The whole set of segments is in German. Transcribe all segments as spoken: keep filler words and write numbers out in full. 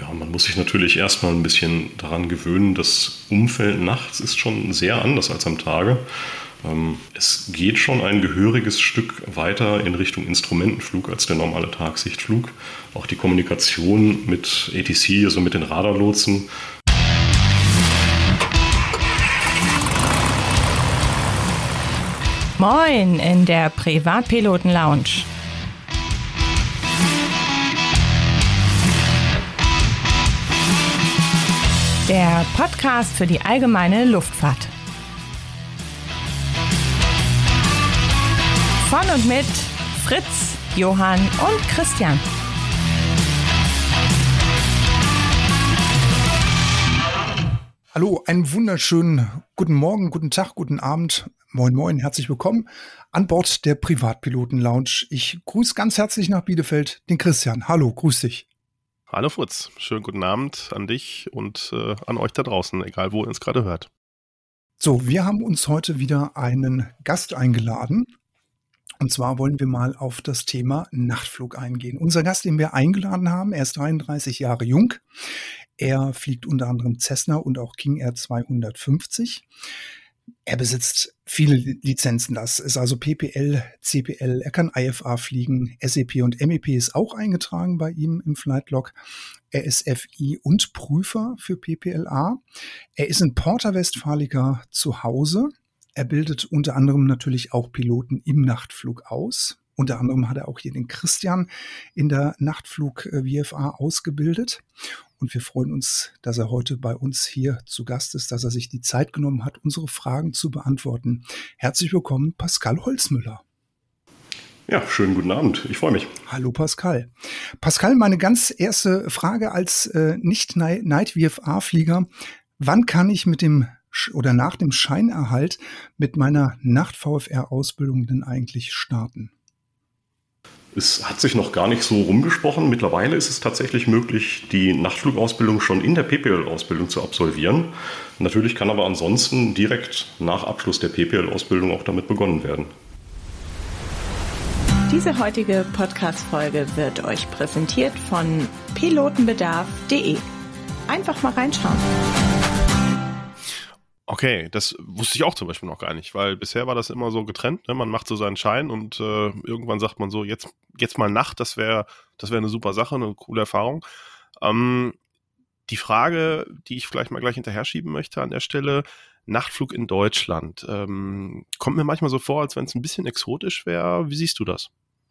Ja, man muss sich natürlich erstmal ein bisschen daran gewöhnen, das Umfeld nachts ist schon sehr anders als am Tage. Ähm, es geht schon ein gehöriges Stück weiter in Richtung Instrumentenflug als der normale Tagsichtflug. Auch die Kommunikation mit A T C, also mit den Radarlotsen. Moin in der Privatpiloten-Lounge. Der Podcast für die allgemeine Luftfahrt. Von und mit Fritz, Johann und Christian. Hallo, einen wunderschönen guten Morgen, guten Tag, guten Abend. Moin, moin, herzlich willkommen an Bord der Privatpiloten-Lounge. Ich grüße ganz herzlich nach Bielefeld den Christian. Hallo, grüß dich. Hallo Fritz, schönen guten Abend an dich und äh, an euch da draußen, egal wo ihr uns gerade hört. So, wir haben uns heute wieder einen Gast eingeladen. Und zwar wollen wir mal auf das Thema Nachtflug eingehen. Unser Gast, den wir eingeladen haben, er ist dreiunddreißig Jahre jung. Er fliegt unter anderem Cessna und auch King Air zweihundertfünfzig. Er besitzt viele Lizenzen, das ist also P P L, C P L, er kann I F A fliegen, S E P und M E P ist auch eingetragen bei ihm im Flightlog. Er ist F I und Prüfer für P P L A. Er ist in Porta Westfalica zu Hause. Er bildet unter anderem natürlich auch Piloten im Nachtflug aus. Unter anderem hat er auch hier den Christian in der Nachtflug-V F A ausgebildet. Und wir freuen uns, dass er heute bei uns hier zu Gast ist, dass er sich die Zeit genommen hat, unsere Fragen zu beantworten. Herzlich willkommen, Pascal Holzmüller. Ja, schönen guten Abend. Ich freue mich. Hallo Pascal. Pascal, meine ganz erste Frage als äh, Nicht-Night-V F A-Flieger. Wann kann ich mit dem oder nach dem Scheinerhalt mit meiner Nacht-V F R-Ausbildung denn eigentlich starten? Es hat sich noch gar nicht so rumgesprochen. Mittlerweile ist es tatsächlich möglich, die Nachtflugausbildung schon in der P P L-Ausbildung zu absolvieren. Natürlich kann aber ansonsten direkt nach Abschluss der P P L-Ausbildung auch damit begonnen werden. Diese heutige Podcast-Folge wird euch präsentiert von pilotenbedarf punkt de. Einfach mal reinschauen. Okay, das wusste ich auch zum Beispiel noch gar nicht, weil bisher war das immer so getrennt, ne? Man macht so seinen Schein und äh, irgendwann sagt man so, jetzt jetzt mal Nacht, das wäre das wäre eine super Sache, eine coole Erfahrung. Ähm, die Frage, die ich vielleicht mal gleich hinterher schieben möchte an der Stelle, Nachtflug in Deutschland, ähm, kommt mir manchmal so vor, als wenn es ein bisschen exotisch wäre. Wie siehst du das?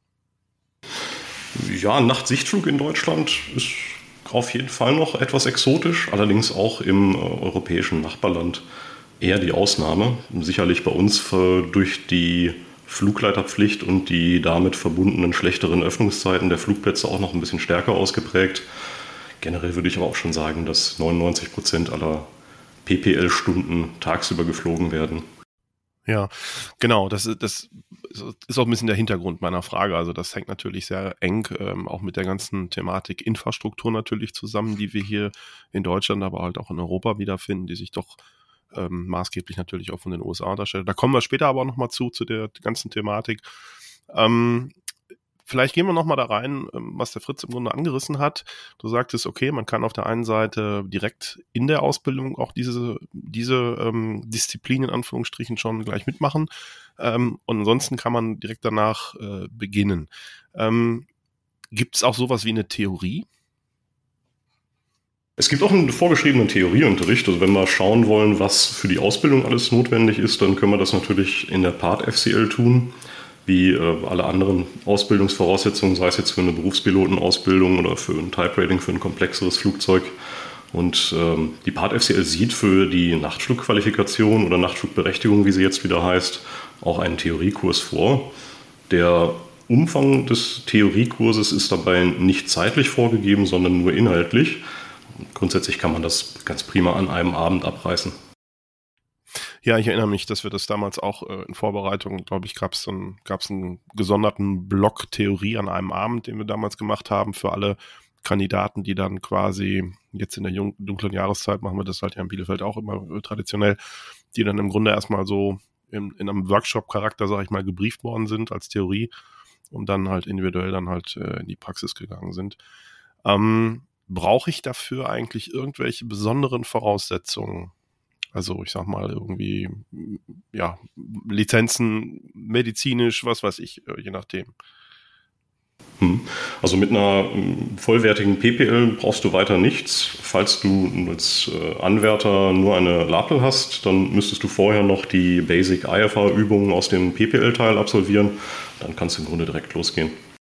Ja, Nachtsichtflug in Deutschland ist auf jeden Fall noch etwas exotisch, allerdings auch im äh, europäischen Nachbarland eher die Ausnahme. Sicherlich bei uns äh, durch die Flugleiterpflicht und die damit verbundenen schlechteren Öffnungszeiten der Flugplätze auch noch ein bisschen stärker ausgeprägt. Generell würde ich aber auch schon sagen, dass neunundneunzig Prozent aller P P L-Stunden tagsüber geflogen werden. Ja, genau, das ist, das ist auch ein bisschen der Hintergrund meiner Frage. Also das hängt natürlich sehr eng ähm, auch mit der ganzen Thematik Infrastruktur natürlich zusammen, die wir hier in Deutschland, aber halt auch in Europa wiederfinden, die sich doch ähm, maßgeblich natürlich auch von den U S A darstellt. Da kommen wir später aber auch nochmal zu, zu der ganzen Thematik. Ähm, Vielleicht gehen wir nochmal da rein, was der Fritz im Grunde angerissen hat. Du sagtest, okay, man kann auf der einen Seite direkt in der Ausbildung auch diese, diese ähm, Disziplin in Anführungsstrichen schon gleich mitmachen. Ähm, und ansonsten kann man direkt danach äh, beginnen. Ähm, gibt es auch sowas wie eine Theorie? Es gibt auch einen vorgeschriebenen Theorieunterricht. Also wenn wir schauen wollen, was für die Ausbildung alles notwendig ist, dann können wir das natürlich in der Part F C L tun. Wie äh, alle anderen Ausbildungsvoraussetzungen, sei es jetzt für eine Berufspilotenausbildung oder für ein Type Rating für ein komplexeres Flugzeug. Und ähm, die Part F C L sieht für die Nachtflugqualifikation oder Nachtflugberechtigung, wie sie jetzt wieder heißt, auch einen Theoriekurs vor. Der Umfang des Theoriekurses ist dabei nicht zeitlich vorgegeben, sondern nur inhaltlich. Grundsätzlich kann man das ganz prima an einem Abend abreißen. Ja, ich erinnere mich, dass wir das damals auch äh, in Vorbereitung, glaube ich, gab es einen, gab's einen gesonderten Block Theorie an einem Abend, den wir damals gemacht haben für alle Kandidaten, die dann quasi jetzt in der jung, dunklen Jahreszeit, machen wir das halt ja in Bielefeld auch immer äh, traditionell, die dann im Grunde erstmal so in, in einem Workshop-Charakter, sage ich mal, gebrieft worden sind als Theorie und dann halt individuell dann halt äh, in die Praxis gegangen sind. Ähm, brauche ich dafür eigentlich irgendwelche besonderen Voraussetzungen? Also ich sag mal irgendwie, ja, Lizenzen, medizinisch, was weiß ich, je nachdem. Also mit einer vollwertigen P P L brauchst du weiter nichts. Falls du als Anwärter nur eine Lapel hast, dann müsstest du vorher noch die Basic I F A-Übungen aus dem P P L-Teil absolvieren. Dann kannst du im Grunde direkt losgehen.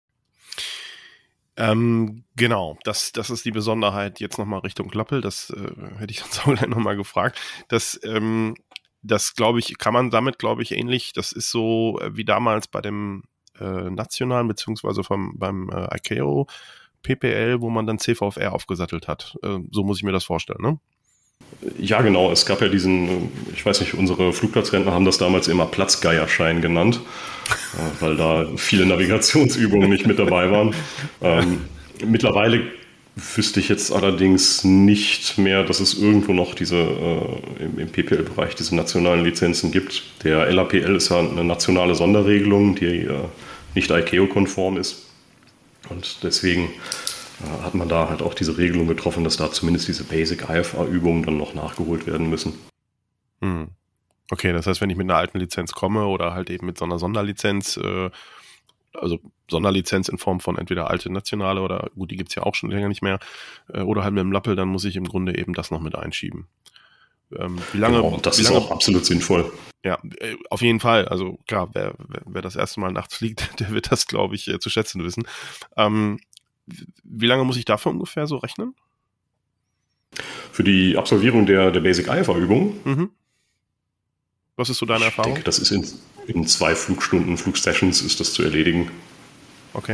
Ähm, genau, das, das ist die Besonderheit jetzt nochmal Richtung Lappel. Das äh, hätte ich sonst auch gleich nochmal gefragt. Das, ähm, das glaube ich, kann man damit, glaube ich, ähnlich. Das ist so äh, wie damals bei dem Äh, nationalen, beziehungsweise vom, beim äh, I C A O P P L, wo man dann C V F R aufgesattelt hat. Äh, so muss ich mir das vorstellen, ne? Ja, genau. Es gab ja diesen, ich weiß nicht, unsere Flugplatzrentner haben das damals immer Platzgeierschein genannt, äh, weil da viele Navigationsübungen nicht mit dabei waren. Ähm, mittlerweile wüsste ich jetzt allerdings nicht mehr, dass es irgendwo noch diese äh, im, im P P L-Bereich diese nationalen Lizenzen gibt. Der L A P L ist ja eine nationale Sonderregelung, die äh, nicht I C A O-konform ist. Und deswegen äh, hat man da halt auch diese Regelung getroffen, dass da zumindest diese Basic I F A-Übungen dann noch nachgeholt werden müssen. Hm. Okay, das heißt, wenn ich mit einer alten Lizenz komme oder halt eben mit so einer Sonderlizenz, äh, also Sonderlizenz in Form von entweder alte nationale oder, gut, die gibt es ja auch schon länger nicht mehr, äh, oder halt mit dem Lappel, dann muss ich im Grunde eben das noch mit einschieben. Ähm, wie lange, genau, das wie ist lange, auch absolut sinnvoll. Ja, äh, auf jeden Fall. Also klar, wer, wer, wer das erste Mal nachts fliegt, der wird das, glaube ich, äh, zu schätzen wissen. Ähm, wie lange muss ich dafür ungefähr so rechnen? Für die Absolvierung der, der Basic I F A-Übung? Mhm. Was ist so deine Erfahrung? Ich denke, das ist in, in zwei Flugstunden, Flugsessions ist das zu erledigen. Okay.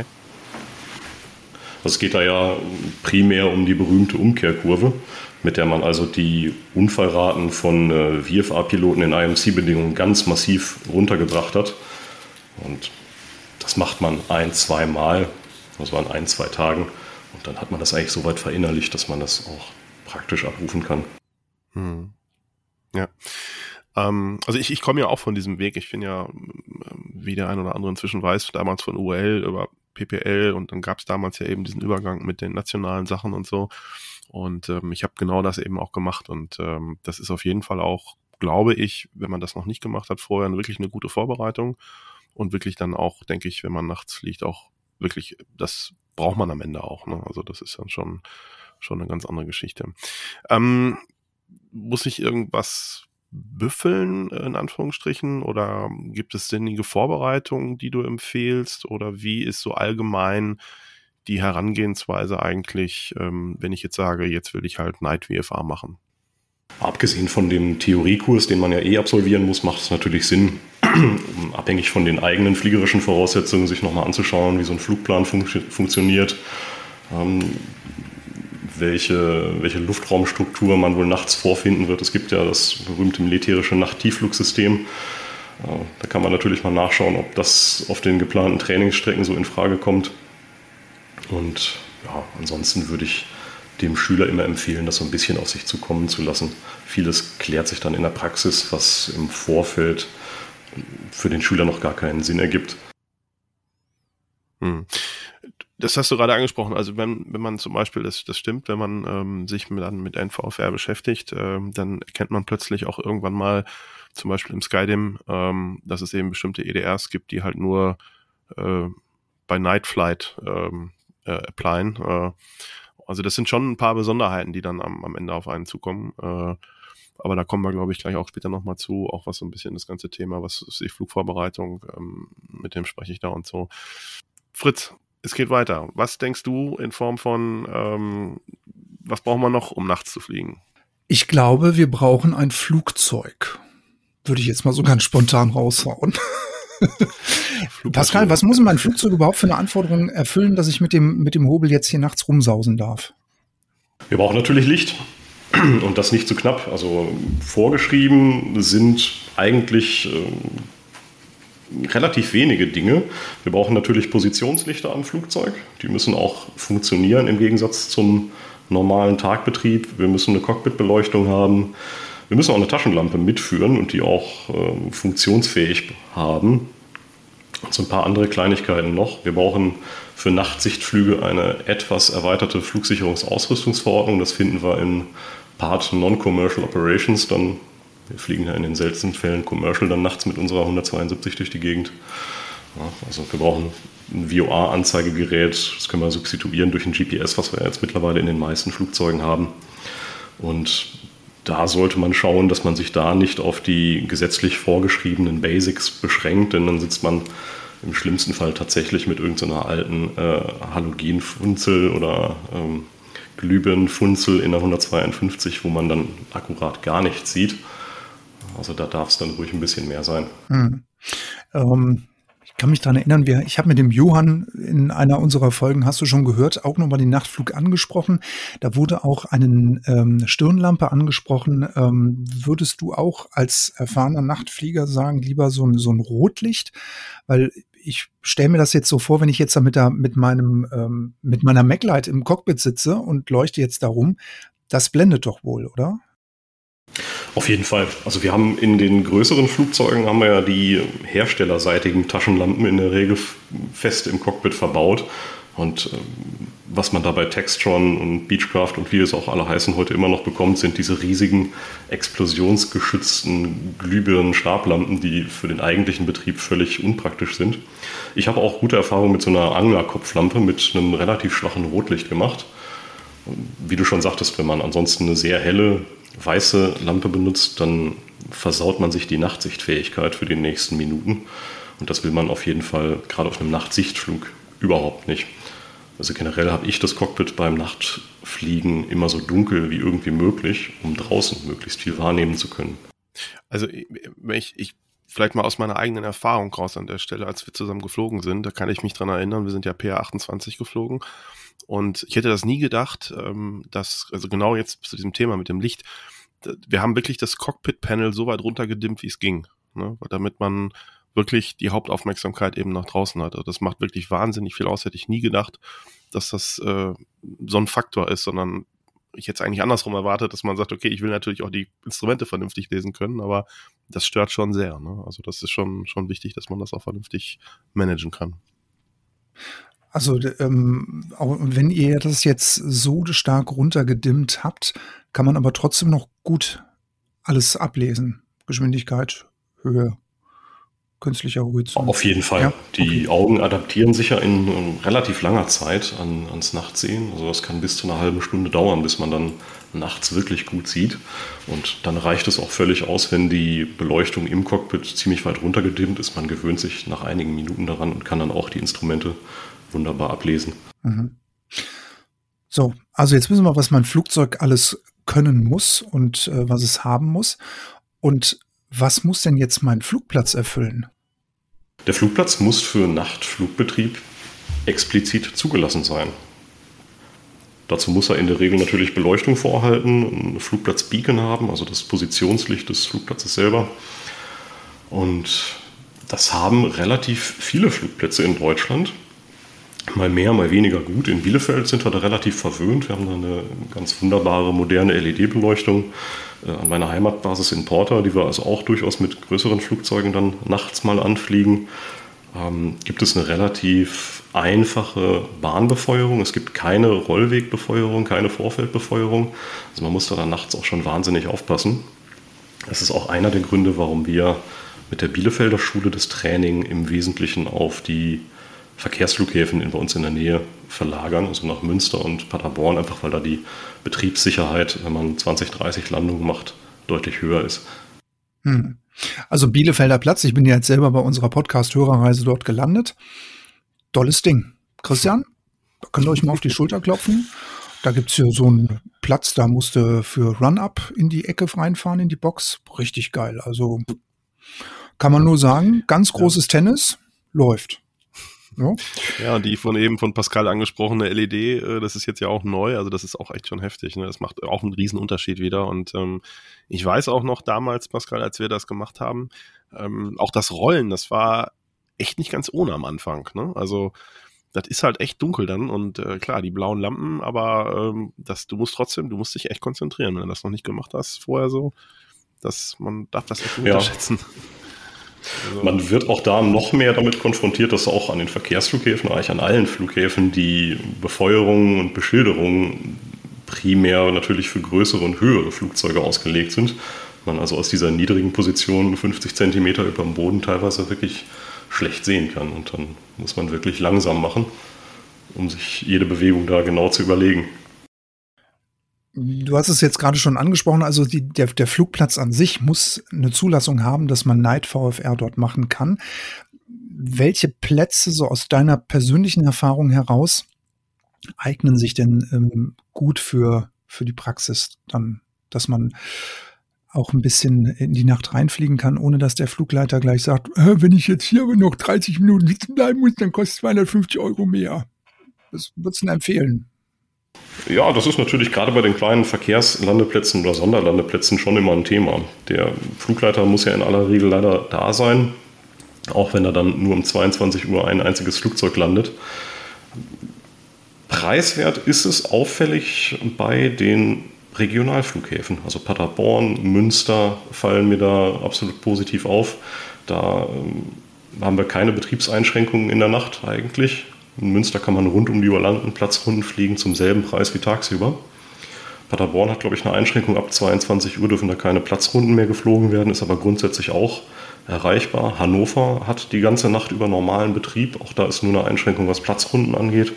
Es geht da ja primär um die berühmte Umkehrkurve, mit der man also die Unfallraten von äh, V F A-Piloten in I M C-Bedingungen ganz massiv runtergebracht hat. Und das macht man ein-, zweimal, also an ein-, zwei Tagen. Und dann hat man das eigentlich so weit verinnerlicht, dass man das auch praktisch abrufen kann. Hm. Ja. Ähm, also ich, ich komme ja auch von diesem Weg. Ich bin ja, wie der ein oder andere inzwischen weiß, damals von U L über P P L und dann gab es damals ja eben diesen Übergang mit den nationalen Sachen und so. Und ähm, ich habe genau das eben auch gemacht. Und ähm, das ist auf jeden Fall auch, glaube ich, wenn man das noch nicht gemacht hat, vorher wirklich eine gute Vorbereitung. Und wirklich dann auch, denke ich, wenn man nachts fliegt, auch wirklich, das braucht man am Ende auch. Ne? Also das ist dann schon, schon eine ganz andere Geschichte. Ähm, muss ich irgendwas büffeln, in Anführungsstrichen, oder gibt es sinnige Vorbereitungen, die du empfehlst, oder wie ist so allgemein die Herangehensweise eigentlich, ähm, wenn ich jetzt sage, jetzt will ich halt Night V F A machen? Abgesehen von dem Theoriekurs, den man ja eh absolvieren muss, macht es natürlich Sinn, abhängig von den eigenen fliegerischen Voraussetzungen, sich nochmal anzuschauen, wie so ein Flugplan fun- funktioniert, ähm, welche, welche Luftraumstruktur man wohl nachts vorfinden wird. Es gibt ja das berühmte militärische Nacht-Tiefflugsystem. Äh, da kann man natürlich mal nachschauen, ob das auf den geplanten Trainingsstrecken so in Frage kommt. Und ja, ansonsten würde ich dem Schüler immer empfehlen, das so ein bisschen auf sich zukommen zu lassen. Vieles klärt sich dann in der Praxis, was im Vorfeld für den Schüler noch gar keinen Sinn ergibt. Hm. Das hast du gerade angesprochen. Also wenn, wenn man zum Beispiel, das, das stimmt, wenn man ähm, sich mit, dann mit N V F R beschäftigt, ähm, dann erkennt man plötzlich auch irgendwann mal, zum Beispiel im Skydim, ähm, dass es eben bestimmte E D Rs gibt, die halt nur äh, bei Night Flight ähm, äh, applyen. Äh, also das sind schon ein paar Besonderheiten, die dann am, am Ende auf einen zukommen. Äh, aber da kommen wir, glaube ich, gleich auch später nochmal zu, auch was so ein bisschen das ganze Thema, was ist die Flugvorbereitung, ähm, mit dem spreche ich da und so. Fritz, es geht weiter. Was denkst du in Form von, ähm, was brauchen wir noch, um nachts zu fliegen? Ich glaube, wir brauchen ein Flugzeug. Würde ich jetzt mal so ganz spontan raushauen. Pascal, was muss mein Flugzeug überhaupt für eine Anforderung erfüllen, dass ich mit dem, mit dem Hobel jetzt hier nachts rumsausen darf? Wir brauchen natürlich Licht und das nicht zu knapp. Also vorgeschrieben sind eigentlich äh, relativ wenige Dinge. Wir brauchen natürlich Positionslichter am Flugzeug. Die müssen auch funktionieren im Gegensatz zum normalen Tagbetrieb. Wir müssen eine Cockpitbeleuchtung haben. Wir müssen auch eine Taschenlampe mitführen und die auch äh, funktionsfähig haben. Und so ein paar andere Kleinigkeiten noch. Wir brauchen für Nachtsichtflüge eine etwas erweiterte Flugsicherungsausrüstungsverordnung. Das finden wir in Part Non-Commercial Operations. Dann, wir fliegen ja in den seltensten Fällen commercial dann nachts mit unserer hundertzweiundsiebzig durch die Gegend. Ja, also wir brauchen ein V O A-Anzeigegerät. Das können wir substituieren durch ein G P S, was wir jetzt mittlerweile in den meisten Flugzeugen haben. Und da sollte man schauen, dass man sich da nicht auf die gesetzlich vorgeschriebenen Basics beschränkt, denn dann sitzt man im schlimmsten Fall tatsächlich mit irgendeiner alten äh, Halogenfunzel oder ähm, Glühbirnenfunzel in der hundertzweiundfünfzig, wo man dann akkurat gar nichts sieht. Also da darf es dann ruhig ein bisschen mehr sein. Hm. Ähm. Ich kann mich daran erinnern, wir, ich habe mit dem Johann in einer unserer Folgen, hast du schon gehört, auch nochmal den Nachtflug angesprochen. Da wurde auch eine ähm, Stirnlampe angesprochen. Ähm, würdest du auch als erfahrener Nachtflieger sagen, lieber so ein, so ein Rotlicht? Weil ich stelle mir das jetzt so vor, wenn ich jetzt da mit, der, mit, meinem, ähm, mit meiner Maglite im Cockpit sitze und leuchte jetzt da rum, das blendet doch wohl, oder? Auf jeden Fall. Also wir haben in den größeren Flugzeugen haben wir ja die herstellerseitigen Taschenlampen in der Regel fest im Cockpit verbaut. Und äh, was man da bei Textron und Beechcraft und wie es auch alle heißen heute immer noch bekommt, sind diese riesigen explosionsgeschützten Glühbirnen-Stablampen, die für den eigentlichen Betrieb völlig unpraktisch sind. Ich habe auch gute Erfahrungen mit so einer Anglerkopflampe mit einem relativ schwachen Rotlicht gemacht. Wie du schon sagtest, wenn man ansonsten eine sehr helle weiße Lampe benutzt, dann versaut man sich die Nachtsichtfähigkeit für die nächsten Minuten. Und das will man auf jeden Fall gerade auf einem Nachtsichtflug überhaupt nicht. Also generell habe ich das Cockpit beim Nachtfliegen immer so dunkel wie irgendwie möglich, um draußen möglichst viel wahrnehmen zu können. Also wenn ich, ich vielleicht mal aus meiner eigenen Erfahrung raus an der Stelle, als wir zusammen geflogen sind, da kann ich mich dran erinnern, wir sind ja P R achtundzwanzig geflogen. Und ich hätte das nie gedacht, dass, also genau jetzt zu diesem Thema mit dem Licht, wir haben wirklich das Cockpit-Panel so weit runtergedimmt, wie es ging, ne? Damit man wirklich die Hauptaufmerksamkeit eben nach draußen hat. Also das macht wirklich wahnsinnig viel aus, hätte ich nie gedacht, dass das äh, so ein Faktor ist, sondern ich hätte es eigentlich andersrum erwartet, dass man sagt, okay, ich will natürlich auch die Instrumente vernünftig lesen können, aber das stört schon sehr, ne? Also das ist schon, schon wichtig, dass man das auch vernünftig managen kann. Also ähm, auch wenn ihr das jetzt so stark runtergedimmt habt, kann man aber trotzdem noch gut alles ablesen. Geschwindigkeit, Höhe, künstlicher Horizont. Auf jeden Fall. Ja? Die okay. Augen adaptieren sich ja in, in relativ langer Zeit an, ans Nachtsehen. Also das kann bis zu einer halben Stunde dauern, bis man dann nachts wirklich gut sieht. Und dann reicht es auch völlig aus, wenn die Beleuchtung im Cockpit ziemlich weit runtergedimmt ist. Man gewöhnt sich nach einigen Minuten daran und kann dann auch die Instrumente wunderbar ablesen. Mhm. So, also jetzt wissen wir, was mein Flugzeug alles können muss und äh, was es haben muss. Und was muss denn jetzt mein Flugplatz erfüllen? Der Flugplatz muss für Nachtflugbetrieb explizit zugelassen sein. Dazu muss er in der Regel natürlich Beleuchtung vorhalten, eine Flugplatzbeacon haben, also das Positionslicht des Flugplatzes selber. Und das haben relativ viele Flugplätze in Deutschland. Mal mehr, mal weniger gut. In Bielefeld sind wir da relativ verwöhnt. Wir haben da eine ganz wunderbare, moderne L E D-Beleuchtung äh, an meiner Heimatbasis in Porta, die wir also auch durchaus mit größeren Flugzeugen dann nachts mal anfliegen. Ähm, gibt es eine relativ einfache Bahnbefeuerung. Es gibt keine Rollwegbefeuerung, keine Vorfeldbefeuerung. Also man muss da dann nachts auch schon wahnsinnig aufpassen. Das ist auch einer der Gründe, warum wir mit der Bielefelder Schule das Training im Wesentlichen auf die Verkehrsflughäfen in, bei uns in der Nähe verlagern, also nach Münster und Paderborn, einfach weil da die Betriebssicherheit, wenn man zwanzig, dreißig Landungen macht, deutlich höher ist. Hm. Also Bielefelder Platz, ich bin ja jetzt selber bei unserer Podcast-Hörerreise dort gelandet. Tolles Ding. Christian, da könnt ihr euch mal auf die Schulter klopfen. Da gibt es hier so einen Platz, da musste für Run-Up in die Ecke reinfahren, in die Box. Richtig geil. Also kann man nur sagen, ganz großes ja. Tennis, läuft. Ja. ja, die von eben von Pascal angesprochene L E D, das ist jetzt ja auch neu, also das ist auch echt schon heftig, ne? Das macht auch einen riesen Unterschied wieder und ähm, ich weiß auch noch damals, Pascal, als wir das gemacht haben, ähm, auch das Rollen, das war echt nicht ganz ohne am Anfang, ne? Also das ist halt echt dunkel dann und äh, klar, die blauen Lampen, aber ähm, das, du musst trotzdem, du musst dich echt konzentrieren, wenn du das noch nicht gemacht hast vorher so, dass man darf das echt nicht ja. unterschätzen. Also man wird auch da noch mehr damit konfrontiert, dass auch an den Verkehrsflughäfen, eigentlich an allen Flughäfen, die Befeuerung und Beschilderung primär natürlich für größere und höhere Flugzeuge ausgelegt sind. Man also aus dieser niedrigen Position fünfzig Zentimeter über dem Boden teilweise wirklich schlecht sehen kann. Und dann muss man wirklich langsam machen, um sich jede Bewegung da genau zu überlegen. Du hast es jetzt gerade schon angesprochen, also die, der, der Flugplatz an sich muss eine Zulassung haben, dass man Night V F R dort machen kann. Welche Plätze, so aus deiner persönlichen Erfahrung heraus, eignen sich denn ähm, gut für, für die Praxis dann, dass man auch ein bisschen in die Nacht reinfliegen kann, ohne dass der Flugleiter gleich sagt, äh, wenn ich jetzt hier aber noch dreißig Minuten sitzen bleiben muss, dann kostet es zweihundertfünfzig Euro mehr. Was würdest du denn empfehlen? Ja, das ist natürlich gerade bei den kleinen Verkehrslandeplätzen oder Sonderlandeplätzen schon immer ein Thema. Der Flugleiter muss ja in aller Regel leider da sein, auch wenn er dann nur um zweiundzwanzig Uhr ein einziges Flugzeug landet. Preiswert ist es auffällig bei den Regionalflughäfen. Also Paderborn, Münster fallen mir da absolut positiv auf. Da ähm, haben wir keine Betriebseinschränkungen in der Nacht eigentlich. In Münster kann man rund um die Uhr landen, Platzrunden fliegen zum selben Preis wie tagsüber. Paderborn hat, glaube ich, eine Einschränkung. Ab zweiundzwanzig Uhr dürfen da keine Platzrunden mehr geflogen werden, ist aber grundsätzlich auch erreichbar. Hannover hat die ganze Nacht über normalen Betrieb. Auch da ist nur eine Einschränkung, was Platzrunden angeht.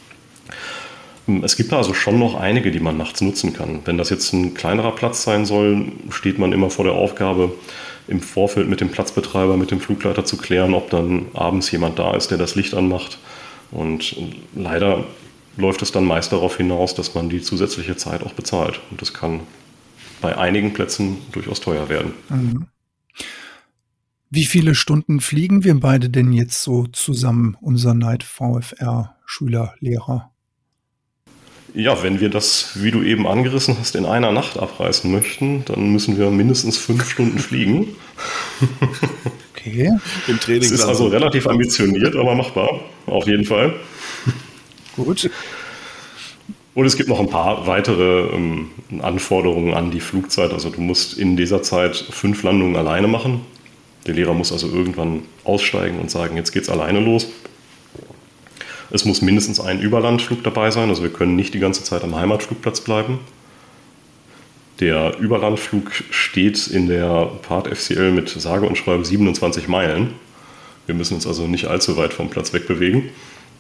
Es gibt da also schon noch einige, die man nachts nutzen kann. Wenn das jetzt ein kleinerer Platz sein soll, steht man immer vor der Aufgabe, im Vorfeld mit dem Platzbetreiber, mit dem Flugleiter zu klären, ob dann abends jemand da ist, der das Licht anmacht. Und leider läuft es dann meist darauf hinaus, dass man die zusätzliche Zeit auch bezahlt. Und das kann bei einigen Plätzen durchaus teuer werden. Mhm. Wie viele Stunden fliegen wir beide denn jetzt so zusammen, unser Night V F R-Schüler, Lehrer? Ja, wenn wir das, wie du eben angerissen hast, in einer Nacht abreißen möchten, dann müssen wir mindestens fünf Stunden fliegen. Okay. Im Training. Das ist also relativ ambitioniert, aber machbar, auf jeden Fall. Gut. Und es gibt noch ein paar weitere ähm, Anforderungen an die Flugzeit. Also du musst in dieser Zeit fünf Landungen alleine machen. Der Lehrer muss also irgendwann aussteigen und sagen, jetzt geht's alleine los. Es muss mindestens ein Überlandflug dabei sein, also wir können nicht die ganze Zeit am Heimatflugplatz bleiben. Der Überlandflug steht in der Part F C L mit sage und schreibe siebenundzwanzig Meilen. Wir müssen uns also nicht allzu weit vom Platz wegbewegen.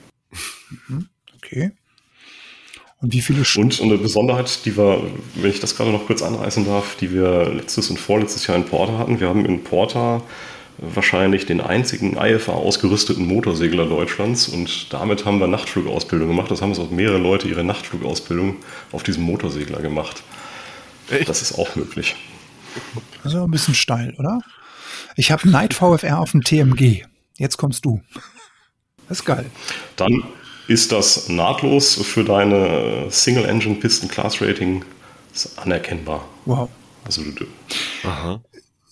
Okay. Und wie viele Stunden? Und eine Besonderheit, die wir, wenn ich das gerade noch kurz anreißen darf, die wir letztes und vorletztes Jahr in Porta hatten. Wir haben in Porta wahrscheinlich den einzigen I F A ausgerüsteten Motorsegler Deutschlands und damit haben wir Nachtflugausbildung gemacht. Das haben uns auch mehrere Leute ihre Nachtflugausbildung auf diesem Motorsegler gemacht. Echt? Das ist auch möglich. Also ein bisschen steil, oder? Ich habe Night V F R auf dem T M G. Jetzt kommst du. Das ist geil. Dann ist das nahtlos für deine Single-Engine-Pisten-Class-Rating anerkennbar. Wow. Also du, Aha.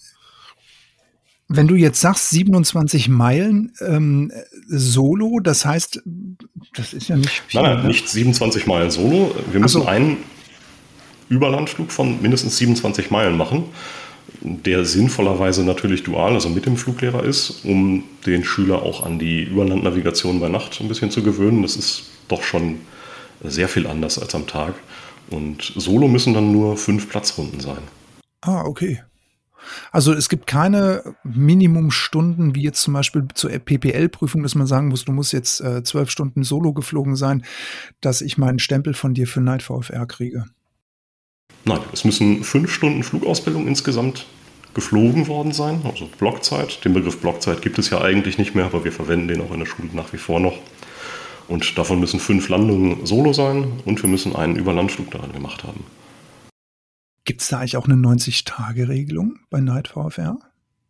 Wenn du jetzt sagst siebenundzwanzig Meilen ähm, Solo, das heißt, das ist ja nicht viel. Nein, nein, nicht siebenundzwanzig Meilen Solo. Wir müssen so. einen Überlandflug von mindestens siebenundzwanzig Meilen machen, der sinnvollerweise natürlich dual, also mit dem Fluglehrer ist, um den Schüler auch an die Überlandnavigation bei Nacht ein bisschen zu gewöhnen. Das ist doch schon sehr viel anders als am Tag. Und Solo müssen dann nur fünf Platzrunden sein. Ah, okay. Also es gibt keine Minimumstunden, wie jetzt zum Beispiel zur P P L-Prüfung, dass man sagen muss, du musst jetzt äh, zwölf Stunden Solo geflogen sein, dass ich meinen Stempel von dir für Night V F R kriege. Nein, es müssen fünf Stunden Flugausbildung insgesamt geflogen worden sein, also Blockzeit. Den Begriff Blockzeit gibt es ja eigentlich nicht mehr, aber wir verwenden den auch in der Schule nach wie vor noch. Und davon müssen fünf Landungen Solo sein und wir müssen einen Überlandflug daran gemacht haben. Gibt es da eigentlich auch eine neunzig-Tage-Regelung bei Night V F R?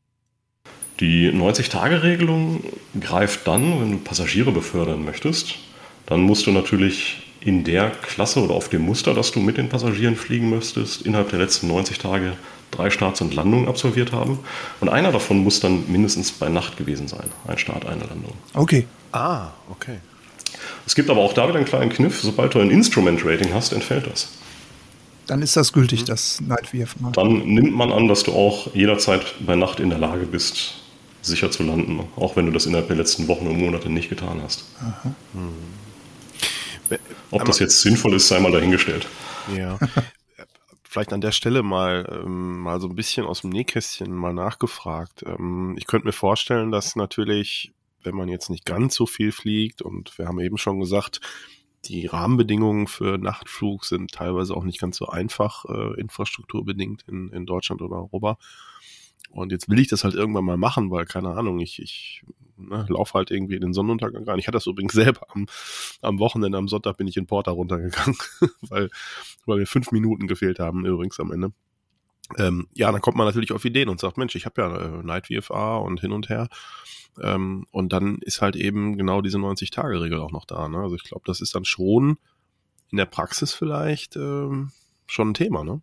Die neunzig-Tage-Regelung greift dann, wenn du Passagiere befördern möchtest. Dann musst du natürlich in der Klasse oder auf dem Muster, das du mit den Passagieren fliegen möchtest, innerhalb der letzten neunzig Tage drei Starts und Landungen absolviert haben. Und einer davon muss dann mindestens bei Nacht gewesen sein. Ein Start, eine Landung. Okay. Ah, okay. Es gibt aber auch da wieder einen kleinen Kniff. Sobald du ein Instrument-Rating hast, entfällt das. Dann ist das gültig, das Night V F R. Dann nimmt man an, dass du auch jederzeit bei Nacht in der Lage bist, sicher zu landen, auch wenn du das innerhalb der letzten Wochen und Monate nicht getan hast. Aha. Hm. Ob das jetzt sinnvoll ist, sei mal dahingestellt. Ja. Vielleicht an der Stelle mal, ähm, mal so ein bisschen aus dem Nähkästchen mal nachgefragt. Ähm, ich könnte mir vorstellen, dass natürlich, wenn man jetzt nicht ganz so viel fliegt, und wir haben eben schon gesagt, die Rahmenbedingungen für Nachtflug sind teilweise auch nicht ganz so einfach, äh, infrastrukturbedingt in, in Deutschland oder Europa. Und jetzt will ich das halt irgendwann mal machen, weil, keine Ahnung, ich, ich ne, laufe halt irgendwie in den Sonnenuntergang rein. Ich hatte das übrigens selber am, am Wochenende, am Sonntag bin ich in Porta runtergegangen, weil, weil mir fünf Minuten gefehlt haben übrigens am Ende. Ähm, ja, dann kommt man natürlich auf Ideen und sagt, Mensch, ich habe ja äh, Night V F A und hin und her. Ähm, und dann ist halt eben genau diese neunzig-Tage-Regel auch noch da. Ne? Also ich glaube, das ist dann schon in der Praxis vielleicht ähm, schon ein Thema, ne?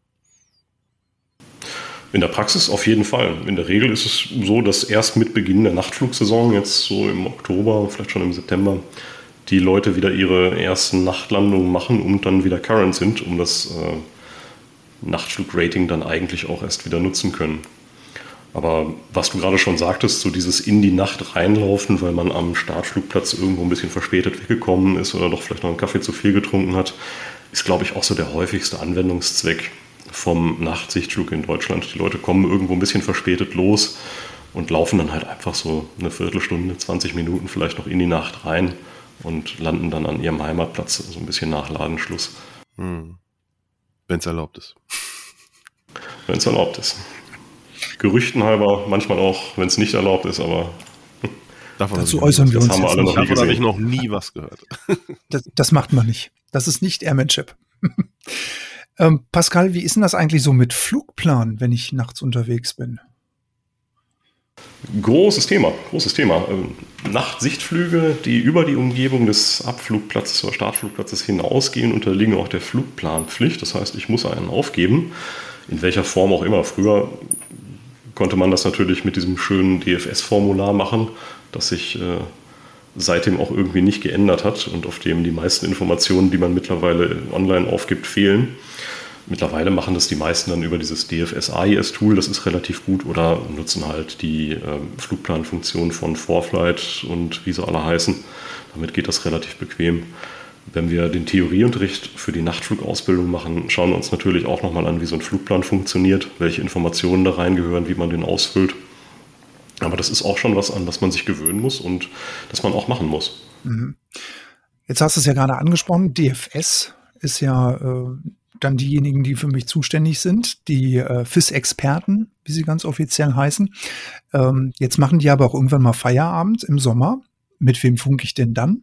In der Praxis auf jeden Fall. In der Regel ist es so, dass erst mit Beginn der Nachtflugsaison, jetzt so im Oktober, vielleicht schon im September, die Leute wieder ihre ersten Nachtlandungen machen und dann wieder current sind, um das äh, Nachtflugrating dann eigentlich auch erst wieder nutzen können. Aber was du gerade schon sagtest, so dieses in die Nacht reinlaufen, weil man am Startflugplatz irgendwo ein bisschen verspätet weggekommen ist oder doch vielleicht noch einen Kaffee zu viel getrunken hat, ist, glaube ich, auch so der häufigste Anwendungszweck vom Nachtsichtflug in Deutschland. Die Leute kommen irgendwo ein bisschen verspätet los und laufen dann halt einfach so eine Viertelstunde, zwanzig Minuten vielleicht noch in die Nacht rein und landen dann an ihrem Heimatplatz, so ein bisschen nach Ladenschluss. Hm. Wenn es erlaubt ist. Wenn es erlaubt ist. Gerüchten halber, manchmal auch, wenn es nicht erlaubt ist, aber davon dazu äußern wir uns. Das haben wir alle noch nie gesehen. Davon habe ich noch nie was gehört. Das, das macht man nicht. Das ist nicht Airmanship. ähm, Pascal, wie ist denn das eigentlich so mit Flugplan, wenn ich nachts unterwegs bin? Großes Thema, großes Thema. Ähm, Nachtsichtflüge, die über die Umgebung des Abflugplatzes oder Startflugplatzes hinausgehen, unterliegen auch der Flugplanpflicht. Das heißt, ich muss einen aufgeben, in welcher Form auch immer. Früher konnte man das natürlich mit diesem schönen D F S-Formular machen, das sich äh, seitdem auch irgendwie nicht geändert hat und auf dem die meisten Informationen, die man mittlerweile online aufgibt, fehlen. Mittlerweile machen das die meisten dann über dieses D F S-A I S-Tool, das ist relativ gut, oder nutzen halt die äh, Flugplanfunktion von ForeFlight und wie sie alle heißen. Damit geht das relativ bequem. Wenn wir den Theorieunterricht für die Nachtflugausbildung machen, schauen wir uns natürlich auch nochmal an, wie so ein Flugplan funktioniert, welche Informationen da reingehören, wie man den ausfüllt. Aber das ist auch schon was, an das man sich gewöhnen muss und das man auch machen muss. Jetzt hast du es ja gerade angesprochen, D F S ist ja äh, dann diejenigen, die für mich zuständig sind, die äh, F I S-Experten, wie sie ganz offiziell heißen. Ähm, jetzt machen die aber auch irgendwann mal Feierabend im Sommer. Mit wem funke ich denn dann?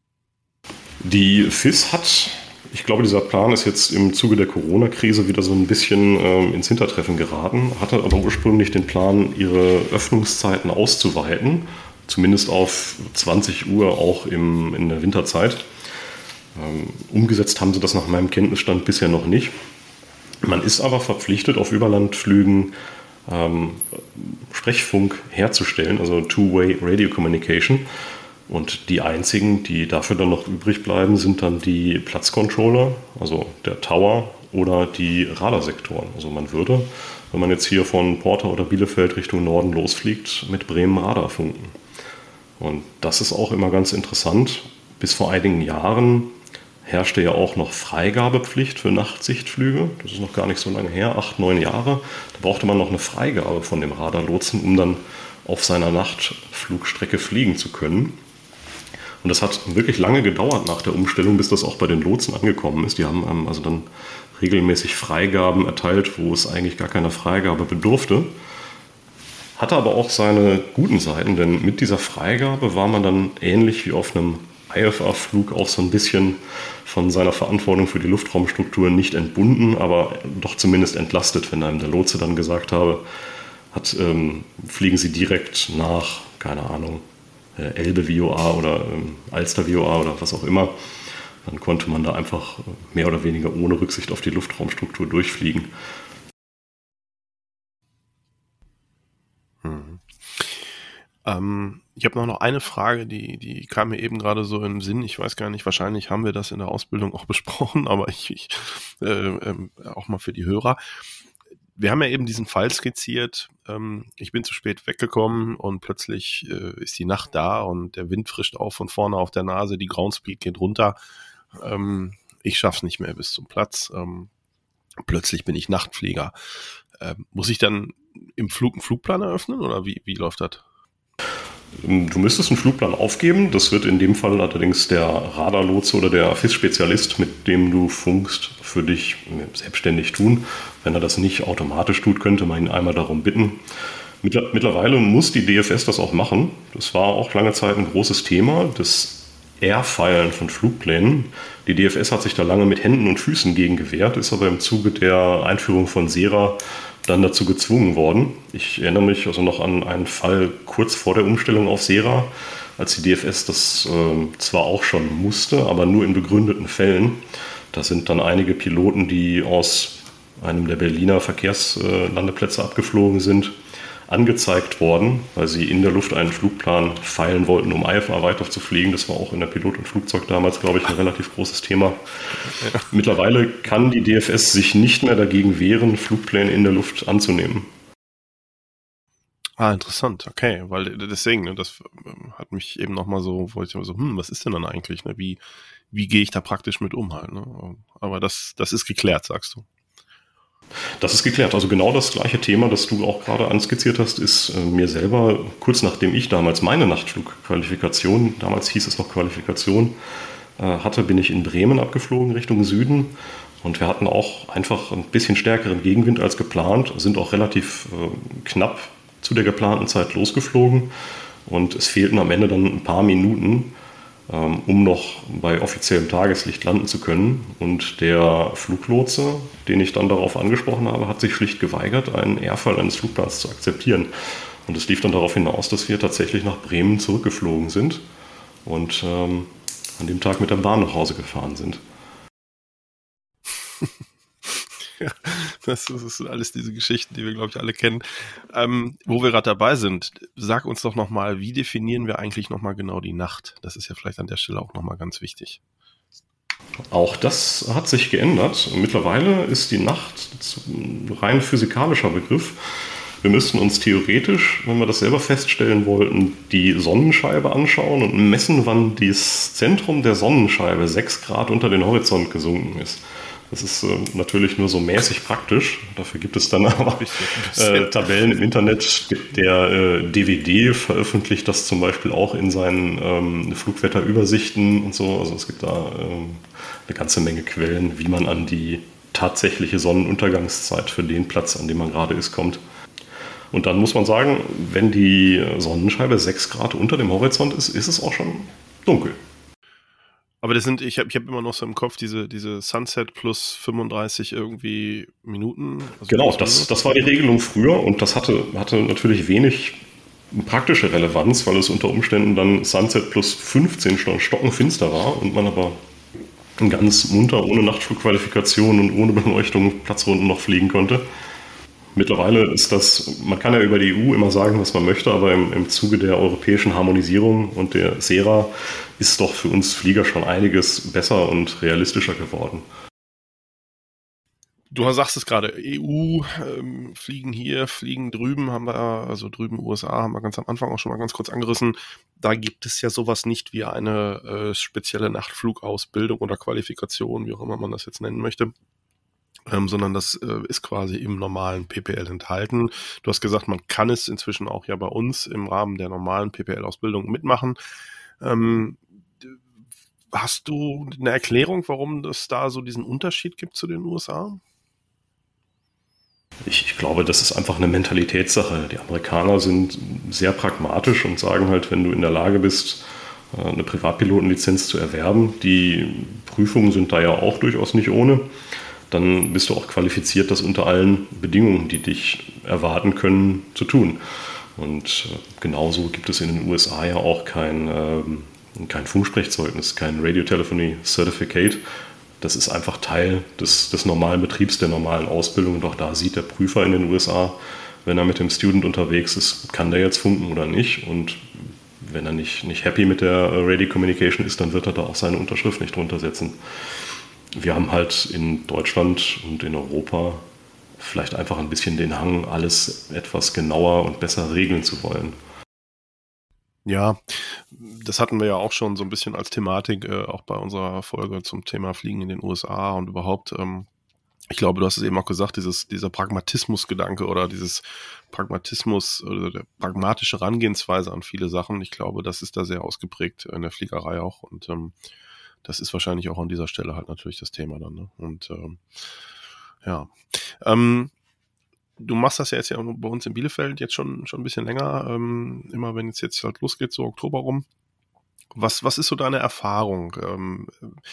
Die F I S hat, ich glaube, dieser Plan ist jetzt im Zuge der Corona-Krise wieder so ein bisschen ähm, ins Hintertreffen geraten, hatte aber ursprünglich den Plan, ihre Öffnungszeiten auszuweiten, zumindest auf zwanzig Uhr auch im, in der Winterzeit. Ähm, umgesetzt haben sie das nach meinem Kenntnisstand bisher noch nicht. Man ist aber verpflichtet, auf Überlandflügen ähm, Sprechfunk herzustellen, also Two-Way Radio Communication. Und die einzigen, die dafür dann noch übrig bleiben, sind dann die Platzcontroller, also der Tower oder die Radarsektoren. Also man würde, wenn man jetzt hier von Porta oder Bielefeld Richtung Norden losfliegt, mit Bremen Radar funken. Und das ist auch immer ganz interessant. Bis vor einigen Jahren herrschte ja auch noch Freigabepflicht für Nachtsichtflüge. Das ist noch gar nicht so lange her, acht, neun Jahre. Da brauchte man noch eine Freigabe von dem Radarlotsen, um dann auf seiner Nachtflugstrecke fliegen zu können. Und das hat wirklich lange gedauert nach der Umstellung, bis das auch bei den Lotsen angekommen ist. Die haben also dann regelmäßig Freigaben erteilt, wo es eigentlich gar keiner Freigabe bedurfte. Hatte aber auch seine guten Seiten, denn mit dieser Freigabe war man dann ähnlich wie auf einem I F A-Flug auch so ein bisschen von seiner Verantwortung für die Luftraumstruktur nicht entbunden, aber doch zumindest entlastet, wenn einem der Lotse dann gesagt habe, hat, ähm, fliegen Sie direkt nach, keine Ahnung, Elbe V O A oder ähm, Alster V O A oder was auch immer, dann konnte man da einfach mehr oder weniger ohne Rücksicht auf die Luftraumstruktur durchfliegen. Hm. Ähm, ich habe noch, noch eine Frage, die, die kam mir eben gerade so im Sinn. Ich weiß gar nicht, wahrscheinlich haben wir das in der Ausbildung auch besprochen, aber ich, ich äh, äh, auch mal für die Hörer. wir haben ja eben diesen Fall skizziert, ähm, ich bin zu spät weggekommen und plötzlich äh, ist die Nacht da und der Wind frischt auf von vorne auf der Nase, die Groundspeed geht runter, ähm, ich schaff's nicht mehr bis zum Platz, ähm, plötzlich bin ich Nachtflieger. Ähm, muss ich dann im Flug einen Flugplan eröffnen oder wie, wie läuft das? Du müsstest einen Flugplan aufgeben. Das wird in dem Fall allerdings der Radarlotse oder der A F I S-Spezialist, mit dem du funkst, für dich selbstständig tun. Wenn er das nicht automatisch tut, könnte man ihn einmal darum bitten. Mittlerweile muss die D F S das auch machen. Das war auch lange Zeit ein großes Thema, das Airfilen von Flugplänen. Die D F S hat sich da lange mit Händen und Füßen gegen gewehrt, ist aber im Zuge der Einführung von SERA dann dazu gezwungen worden. Ich erinnere mich also noch an einen Fall kurz vor der Umstellung auf SERA, als die D F S das äh, zwar auch schon musste, aber nur in begründeten Fällen. Da sind dann einige Piloten, die aus einem der Berliner Verkehrslandeplätze abgeflogen sind, angezeigt worden, weil sie in der Luft einen Flugplan feilen wollten, um I F A weiter zu fliegen. Das war auch in der Pilot und Flugzeug damals, glaube ich, ein relativ großes Thema. Ja. Mittlerweile kann die D F S sich nicht mehr dagegen wehren, Flugpläne in der Luft anzunehmen. Ah, interessant, okay, weil deswegen, ne, das hat mich eben nochmal so, wollte ich mal so, hm, was ist denn dann eigentlich, ne? wie, wie gehe ich da praktisch mit um halt, ne? Aber das, das ist geklärt, sagst du. Das ist geklärt. Also genau das gleiche Thema, das du auch gerade anskizziert hast, ist äh, mir selber, kurz nachdem ich damals meine Nachtflugqualifikation, damals hieß es noch Qualifikation, äh, hatte, bin ich in Bremen abgeflogen Richtung Süden. Und wir hatten auch einfach ein bisschen stärkeren Gegenwind als geplant, sind auch relativ äh, knapp zu der geplanten Zeit losgeflogen. Und es fehlten am Ende dann ein paar Minuten, um noch bei offiziellem Tageslicht landen zu können. Und der Fluglotse, den ich dann darauf angesprochen habe, hat sich schlicht geweigert, einen Airfall eines Flugplans zu akzeptieren. Und es lief dann darauf hinaus, dass wir tatsächlich nach Bremen zurückgeflogen sind und ähm, an dem Tag mit der Bahn nach Hause gefahren sind. Ja, das, das sind alles diese Geschichten, die wir, glaube ich, alle kennen. Ähm, wo wir gerade dabei sind, sag uns doch nochmal, wie definieren wir eigentlich nochmal genau die Nacht? Das ist ja vielleicht an der Stelle auch nochmal ganz wichtig. Auch das hat sich geändert. Mittlerweile ist die Nacht ein rein physikalischer Begriff. Wir müssten uns theoretisch, wenn wir das selber feststellen wollten, die Sonnenscheibe anschauen und messen, wann das Zentrum der Sonnenscheibe sechs Grad unter den Horizont gesunken ist. Das ist äh, natürlich nur so mäßig praktisch. Dafür gibt es dann aber äh, Tabellen im Internet. Der äh, D W D veröffentlicht das zum Beispiel auch in seinen ähm, Flugwetterübersichten und so. Also es gibt da ähm, eine ganze Menge Quellen, wie man an die tatsächliche Sonnenuntergangszeit für den Platz, an dem man gerade ist, kommt. Und dann muss man sagen, wenn die Sonnenscheibe sechs Grad unter dem Horizont ist, ist es auch schon dunkel. Aber das sind, ich habe ich hab immer noch so im Kopf diese, diese Sunset plus fünfunddreißig irgendwie Minuten. Also genau, das, das war die Regelung früher und das hatte, hatte natürlich wenig praktische Relevanz, weil es unter Umständen dann Sunset plus fünfzehn Stunden stockenfinster war und man aber ganz munter, ohne Nachtflugqualifikation und ohne Beleuchtung Platzrunden noch fliegen konnte. Mittlerweile ist das, man kann ja über die E U immer sagen, was man möchte, aber im, im Zuge der europäischen Harmonisierung und der SERA ist doch für uns Flieger schon einiges besser und realistischer geworden. Du sagst es gerade, E U, ähm, fliegen hier, fliegen drüben, haben wir, also drüben U S A, haben wir ganz am Anfang auch schon mal ganz kurz angerissen. Da gibt es ja sowas nicht wie eine äh, spezielle Nachtflugausbildung oder Qualifikation, wie auch immer man das jetzt nennen möchte. Ähm, sondern das äh, ist quasi im normalen P P L enthalten. Du hast gesagt, man kann es inzwischen auch ja bei uns im Rahmen der normalen P P L-Ausbildung mitmachen. Ähm, hast du eine Erklärung, warum es da so diesen Unterschied gibt zu den U S A? Ich, ich glaube, das ist einfach eine Mentalitätssache. Die Amerikaner sind sehr pragmatisch und sagen halt, wenn du in der Lage bist, eine Privatpilotenlizenz zu erwerben, die Prüfungen sind da ja auch durchaus nicht ohne, dann bist du auch qualifiziert, das unter allen Bedingungen, die dich erwarten können, zu tun. Und genauso gibt es in den U S A ja auch kein, ähm, kein Funksprechzeugnis, kein Radio Telephony Certificate. Das ist einfach Teil des, des normalen Betriebs, der normalen Ausbildung. Und auch da sieht der Prüfer in den U S A, wenn er mit dem Student unterwegs ist, kann der jetzt funken oder nicht. Und wenn er nicht, nicht happy mit der Radio Communication ist, dann wird er da auch seine Unterschrift nicht drunter setzen. Wir haben halt in Deutschland und in Europa vielleicht einfach ein bisschen den Hang, alles etwas genauer und besser regeln zu wollen. Ja, das hatten wir ja auch schon so ein bisschen als Thematik, äh, auch bei unserer Folge zum Thema Fliegen in den U S A und überhaupt. Ähm, ich glaube, du hast es eben auch gesagt, dieses, dieser Pragmatismus-Gedanke oder dieses Pragmatismus oder der pragmatische Herangehensweise an viele Sachen. Ich glaube, das ist da sehr ausgeprägt in der Fliegerei auch und ähm, das ist wahrscheinlich auch an dieser Stelle halt natürlich das Thema dann. Ne? Und ähm, ja, ähm, du machst das ja jetzt ja bei uns in Bielefeld jetzt schon, schon ein bisschen länger, ähm, immer wenn es jetzt halt losgeht, so Oktober rum. Was, was ist so deine Erfahrung? Ähm,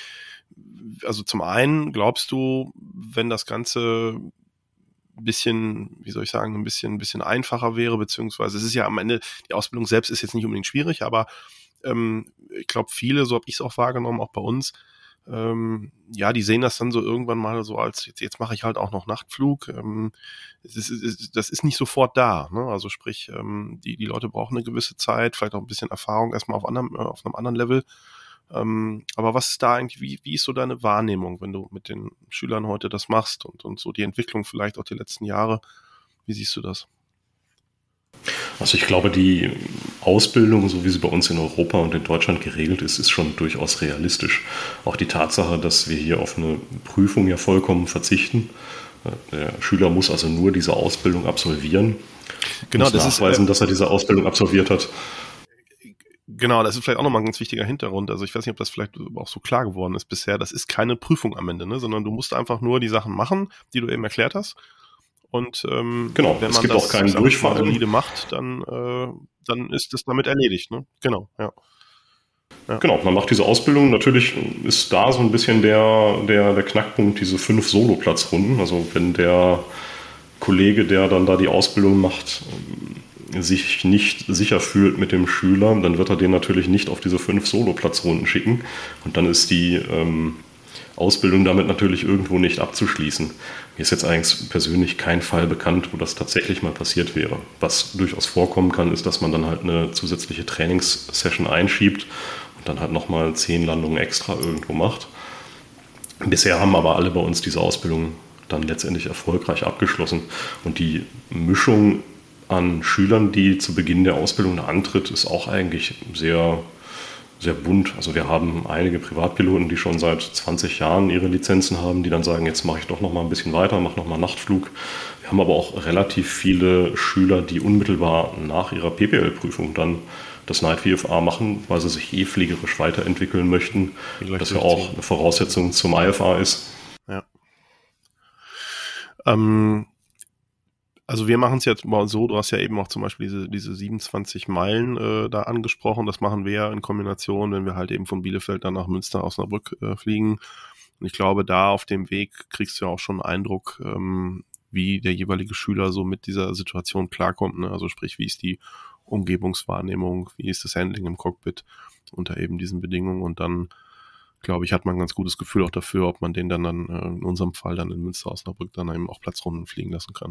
also zum einen glaubst du, wenn das Ganze ein bisschen, wie soll ich sagen, ein bisschen, ein bisschen einfacher wäre, beziehungsweise es ist ja am Ende, die Ausbildung selbst ist jetzt nicht unbedingt schwierig, aber ähm, ich glaube viele, so habe ich es auch wahrgenommen, auch bei uns, Ähm, ja, die sehen das dann so irgendwann mal so als, jetzt, jetzt mache ich halt auch noch Nachtflug. Ähm, es ist, es, das ist nicht sofort da. Ne? Also sprich, ähm, die, die Leute brauchen eine gewisse Zeit, vielleicht auch ein bisschen Erfahrung erstmal auf, anderem, äh, auf einem anderen Level. Ähm, aber was ist da eigentlich, wie, wie ist so deine Wahrnehmung, wenn du mit den Schülern heute das machst und, und so die Entwicklung vielleicht auch die letzten Jahre? Wie siehst du das? Also ich glaube, die Ausbildung, so wie sie bei uns in Europa und in Deutschland geregelt ist, ist schon durchaus realistisch. Auch die Tatsache, dass wir hier auf eine Prüfung ja vollkommen verzichten. Der Schüler muss also nur diese Ausbildung absolvieren. Genau, muss das nachweisen, ist, äh, dass er diese Ausbildung absolviert hat. Genau, das ist vielleicht auch nochmal ein ganz wichtiger Hintergrund. Also ich weiß nicht, ob das vielleicht auch so klar geworden ist bisher. Das ist keine Prüfung am Ende, ne? Sondern du musst einfach nur die Sachen machen, die du eben erklärt hast. Und ähm, genau, wenn es man gibt das auch keinen Durchfall. solide macht, dann, äh, dann ist das damit erledigt. Ne? Genau, ja. ja. Genau, man macht diese Ausbildung. Natürlich ist da so ein bisschen der, der, der Knackpunkt, diese fünf Soloplatzrunden. Also wenn der Kollege, der dann da die Ausbildung macht, sich nicht sicher fühlt mit dem Schüler, dann wird er den natürlich nicht auf diese fünf Soloplatzrunden schicken. Und dann ist die ähm, Ausbildung damit natürlich irgendwo nicht abzuschließen. Mir ist jetzt eigentlich persönlich kein Fall bekannt, wo das tatsächlich mal passiert wäre. Was durchaus vorkommen kann, ist, dass man dann halt eine zusätzliche Trainingssession einschiebt und dann halt nochmal zehn Landungen extra irgendwo macht. Bisher haben aber alle bei uns diese Ausbildung dann letztendlich erfolgreich abgeschlossen. Und die Mischung an Schülern, die zu Beginn der Ausbildung antritt, ist auch eigentlich sehr sehr bunt. Also wir haben einige Privatpiloten, die schon seit zwanzig Jahren ihre Lizenzen haben, die dann sagen, jetzt mache ich doch noch mal ein bisschen weiter, mache noch mal Nachtflug. Wir haben aber auch relativ viele Schüler, die unmittelbar nach ihrer P P L-Prüfung dann das Night V F A machen, weil sie sich eh fliegerisch weiterentwickeln möchten. Das ja auch eine Voraussetzung zum I F A ist. Ja. Ähm Also wir machen es jetzt mal so, du hast ja eben auch zum Beispiel diese, diese siebenundzwanzig Meilen äh, da angesprochen, das machen wir ja in Kombination, wenn wir halt eben von Bielefeld dann nach Münster, Osnabrück äh, fliegen. Und ich glaube, da auf dem Weg kriegst du ja auch schon einen Eindruck, ähm, wie der jeweilige Schüler so mit dieser Situation klarkommt. Ne? Also sprich, wie ist die Umgebungswahrnehmung, wie ist das Handling im Cockpit unter eben diesen Bedingungen und dann, glaube ich, hat man ein ganz gutes Gefühl auch dafür, ob man den dann, dann äh, in unserem Fall dann in Münster, Osnabrück dann eben auch Platzrunden fliegen lassen kann.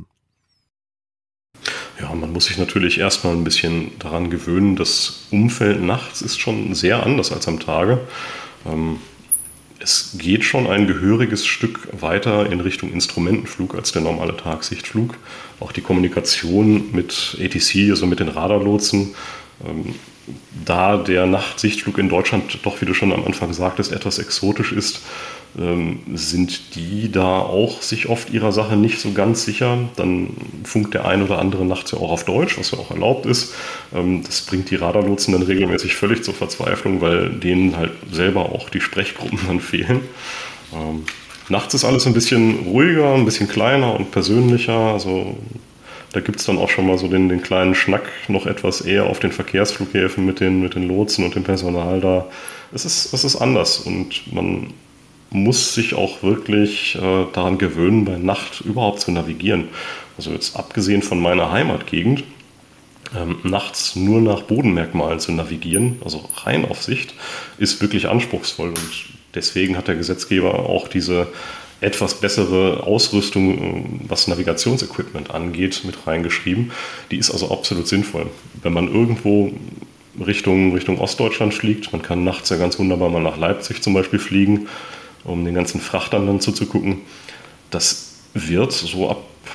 Ja, man muss sich natürlich erstmal ein bisschen daran gewöhnen. Das Umfeld nachts ist schon sehr anders als am Tage. Ähm, es geht schon ein gehöriges Stück weiter in Richtung Instrumentenflug als der normale Tagsichtflug. Auch die Kommunikation mit A T C, also mit den Radarlotsen, ähm, da der Nachtsichtflug in Deutschland doch, wie du schon am Anfang sagtest, etwas exotisch ist, ähm, sind die da auch sich oft ihrer Sache nicht so ganz sicher. Dann funkt der ein oder andere nachts ja auch auf Deutsch, was ja auch erlaubt ist. Ähm, das bringt die Radarlotsen dann regelmäßig völlig zur Verzweiflung, weil denen halt selber auch die Sprechgruppen dann fehlen. Ähm, nachts ist alles ein bisschen ruhiger, ein bisschen kleiner und persönlicher. Also da gibt es dann auch schon mal so den, den kleinen Schnack noch etwas eher auf den Verkehrsflughäfen mit den, mit den Lotsen und dem Personal da. Es ist, es ist anders und man muss sich auch wirklich äh, daran gewöhnen, bei Nacht überhaupt zu navigieren. Also jetzt abgesehen von meiner Heimatgegend, ähm, nachts nur nach Bodenmerkmalen zu navigieren, also rein auf Sicht, ist wirklich anspruchsvoll. Und deswegen hat der Gesetzgeber auch diese etwas bessere Ausrüstung, was Navigationsequipment angeht, mit reingeschrieben. Die ist also absolut sinnvoll. Wenn man irgendwo Richtung, Richtung Ostdeutschland fliegt, man kann nachts ja ganz wunderbar mal nach Leipzig zum Beispiel fliegen, um den ganzen Frachtern dann zuzugucken. Das wird so ab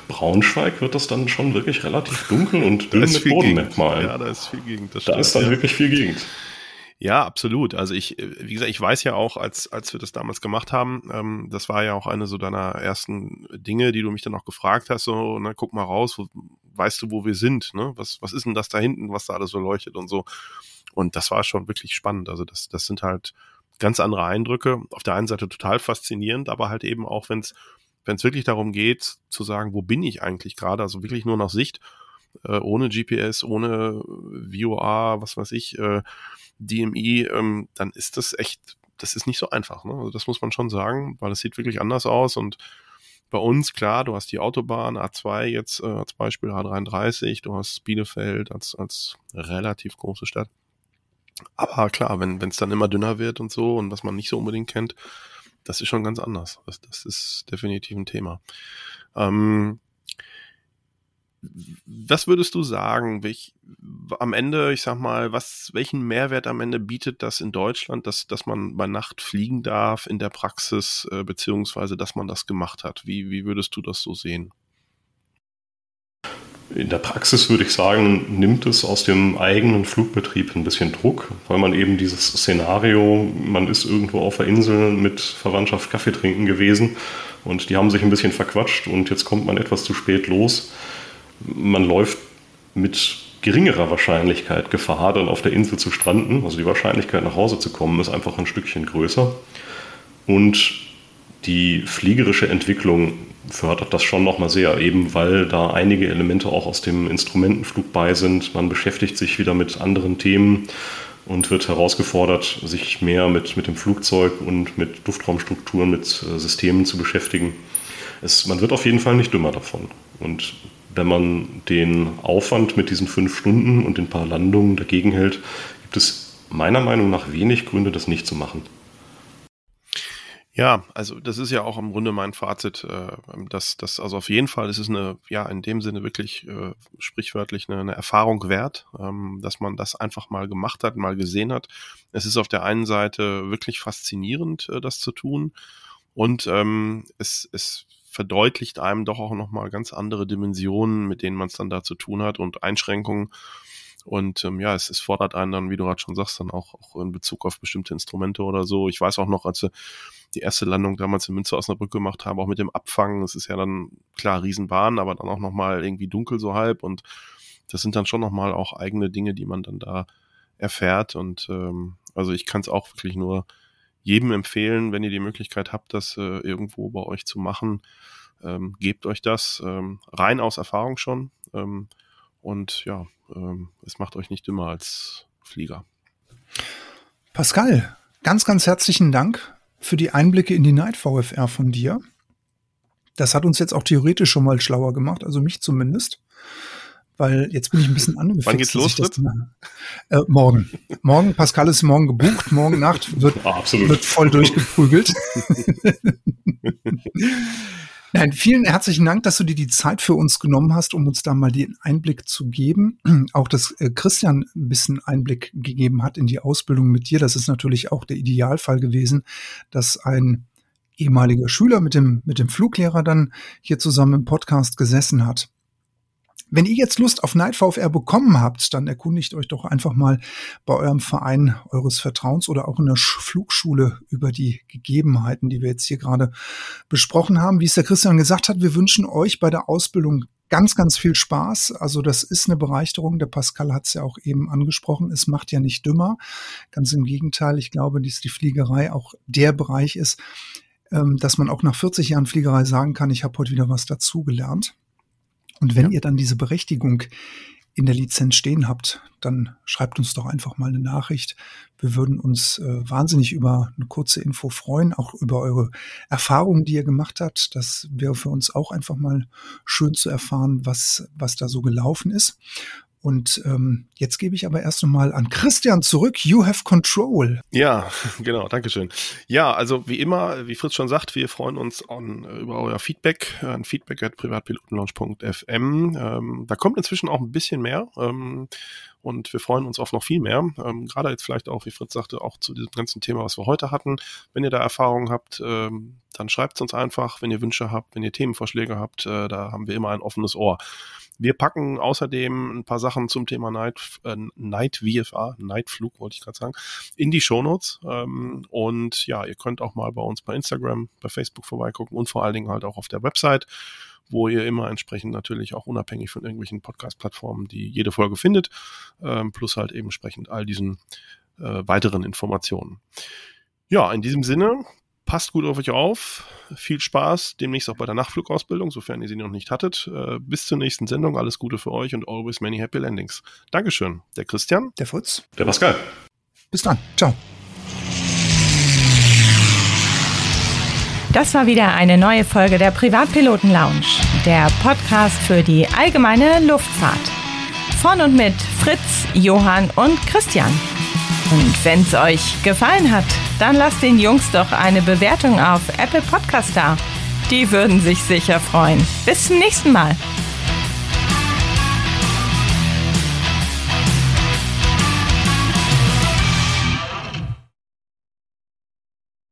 Braunschweig wird das dann schon wirklich relativ dunkel und dünn mit Bodenmerkmalen. Ja, da ist viel Gegend. Das da ist dann ja. wirklich viel Gegend. Ja, absolut. Also ich, wie gesagt, ich weiß ja auch, als als wir das damals gemacht haben, ähm, das war ja auch eine so deiner ersten Dinge, die du mich dann auch gefragt hast, so, ne, guck mal raus, wo, weißt du, wo wir sind, ne? Was was ist denn das da hinten, was da alles so leuchtet und so. Und das war schon wirklich spannend. Also das das sind halt ganz andere Eindrücke. Auf der einen Seite total faszinierend, aber halt eben auch, wenn es wenn es wirklich darum geht, zu sagen, wo bin ich eigentlich gerade, also wirklich nur nach Sicht, äh, ohne G P S, ohne V O R, was weiß ich, äh, D M I, ähm, dann ist das echt, das ist nicht so einfach, ne? Also das muss man schon sagen, weil es sieht wirklich anders aus und bei uns, klar, du hast die Autobahn A zwei jetzt äh, als Beispiel, A dreiunddreißig, du hast Bielefeld als, als relativ große Stadt. Aber klar, wenn es dann immer dünner wird und so und was man nicht so unbedingt kennt, das ist schon ganz anders. Das, das ist definitiv ein Thema. Ähm, Was würdest du sagen, welch, am Ende, ich sag mal, was, welchen Mehrwert am Ende bietet das in Deutschland, dass, dass man bei Nacht fliegen darf in der Praxis, äh, beziehungsweise, dass man das gemacht hat? Wie, wie würdest du das so sehen? In der Praxis würde ich sagen, nimmt es aus dem eigenen Flugbetrieb ein bisschen Druck, weil man eben dieses Szenario, man ist irgendwo auf der Insel mit Verwandtschaft Kaffee trinken gewesen und die haben sich ein bisschen verquatscht und jetzt kommt man etwas zu spät los. Man läuft mit geringerer Wahrscheinlichkeit Gefahr, dann auf der Insel zu stranden. Also die Wahrscheinlichkeit, nach Hause zu kommen, ist einfach ein Stückchen größer. Und die fliegerische Entwicklung fördert das schon nochmal sehr, eben weil da einige Elemente auch aus dem Instrumentenflug bei sind. Man beschäftigt sich wieder mit anderen Themen und wird herausgefordert, sich mehr mit, mit dem Flugzeug und mit Luftraumstrukturen, mit äh, Systemen zu beschäftigen. Es, man wird auf jeden Fall nicht dümmer davon. Und wenn man den Aufwand mit diesen fünf Stunden und den paar Landungen dagegen hält, gibt es meiner Meinung nach wenig Gründe, das nicht zu machen. Ja, also das ist ja auch im Grunde mein Fazit, dass das also auf jeden Fall ist es eine, ja, in dem Sinne wirklich äh, sprichwörtlich eine, eine Erfahrung wert, ähm, dass man das einfach mal gemacht hat, mal gesehen hat. Es ist auf der einen Seite wirklich faszinierend, äh, das zu tun und ähm, es, es verdeutlicht einem doch auch nochmal ganz andere Dimensionen, mit denen man es dann da zu tun hat und Einschränkungen. Und ähm, ja, es, es fordert einen dann, wie du gerade schon sagst, dann auch, auch in Bezug auf bestimmte Instrumente oder so. Ich weiß auch noch, als wir die erste Landung damals in Münster-Osnabrück gemacht haben, auch mit dem Abfangen, das ist ja dann, klar, Riesenbahn, aber dann auch nochmal irgendwie dunkel so halb und das sind dann schon nochmal auch eigene Dinge, die man dann da erfährt und ähm, also ich kann es auch wirklich nur jedem empfehlen, wenn ihr die Möglichkeit habt, das äh, irgendwo bei euch zu machen, ähm, gebt euch das ähm, rein aus Erfahrung schon ähm, und ja, ähm, es macht euch nicht dümmer als Flieger. Pascal, ganz, ganz herzlichen Dank für die Einblicke in die Night V F R von dir. Das hat uns jetzt auch theoretisch schon mal schlauer gemacht, also mich zumindest. Weil jetzt bin ich ein bisschen angefixt. Wann geht's los, Fritz? Äh, morgen. Morgen, Pascal ist morgen gebucht. Morgen Nacht wird, ah, wird voll durchgeprügelt. Nein, vielen herzlichen Dank, dass du dir die Zeit für uns genommen hast, um uns da mal den Einblick zu geben. Auch, dass äh, Christian ein bisschen Einblick gegeben hat in die Ausbildung mit dir. Das ist natürlich auch der Idealfall gewesen, dass ein ehemaliger Schüler mit dem, mit dem Fluglehrer dann hier zusammen im Podcast gesessen hat. Wenn ihr jetzt Lust auf Night V F R bekommen habt, dann erkundigt euch doch einfach mal bei eurem Verein eures Vertrauens oder auch in der Flugschule über die Gegebenheiten, die wir jetzt hier gerade besprochen haben. Wie es der Christian gesagt hat, wir wünschen euch bei der Ausbildung ganz, ganz viel Spaß. Also das ist eine Bereicherung. Der Pascal hat es ja auch eben angesprochen. Es macht ja nicht dümmer. Ganz im Gegenteil. Ich glaube, dass die Fliegerei auch der Bereich ist, dass man auch nach vierzig Jahren Fliegerei sagen kann, ich habe heute wieder was dazugelernt. Und wenn ja. ihr dann diese Berechtigung in der Lizenz stehen habt, dann schreibt uns doch einfach mal eine Nachricht. Wir würden uns äh, wahnsinnig über eine kurze Info freuen, auch über eure Erfahrungen, die ihr gemacht habt. Das wäre für uns auch einfach mal schön zu erfahren, was, was da so gelaufen ist. Und ähm, jetzt gebe ich aber erst nochmal an Christian zurück. You have control. Ja, genau, Dankeschön. Ja, also wie immer, wie Fritz schon sagt, wir freuen uns an, über euer Feedback, an feedback at privatpilotenlaunch punkt f m. Ähm, da kommt inzwischen auch ein bisschen mehr. Ähm, Und wir freuen uns auf noch viel mehr. Ähm, gerade jetzt vielleicht auch, wie Fritz sagte, auch zu diesem ganzen Thema, was wir heute hatten. Wenn ihr da Erfahrungen habt, ähm, dann schreibt es uns einfach. Wenn ihr Wünsche habt, wenn ihr Themenvorschläge habt, äh, da haben wir immer ein offenes Ohr. Wir packen außerdem ein paar Sachen zum Thema Night, äh, Night V F A, Nightflug wollte ich gerade sagen, in die Shownotes. Ähm, und ja, ihr könnt auch mal bei uns bei Instagram, bei Facebook vorbeigucken und vor allen Dingen halt auch auf der Website, wo ihr immer entsprechend natürlich auch unabhängig von irgendwelchen Podcast-Plattformen, die jede Folge findet, ähm, plus halt eben entsprechend all diesen äh, weiteren Informationen. Ja, in diesem Sinne, passt gut auf euch auf, viel Spaß, demnächst auch bei der Nachtflugausbildung, sofern ihr sie noch nicht hattet. Äh, bis zur nächsten Sendung, alles Gute für euch und always many happy landings. Dankeschön, der Christian, der Fritz, der Pascal. Bis dann, ciao. Das war wieder eine neue Folge der Privatpiloten Lounge, der Podcast für die allgemeine Luftfahrt. Von und mit Fritz, Johann und Christian. Und wenn es euch gefallen hat, dann lasst den Jungs doch eine Bewertung auf Apple Podcast da. Die würden sich sicher freuen. Bis zum nächsten Mal.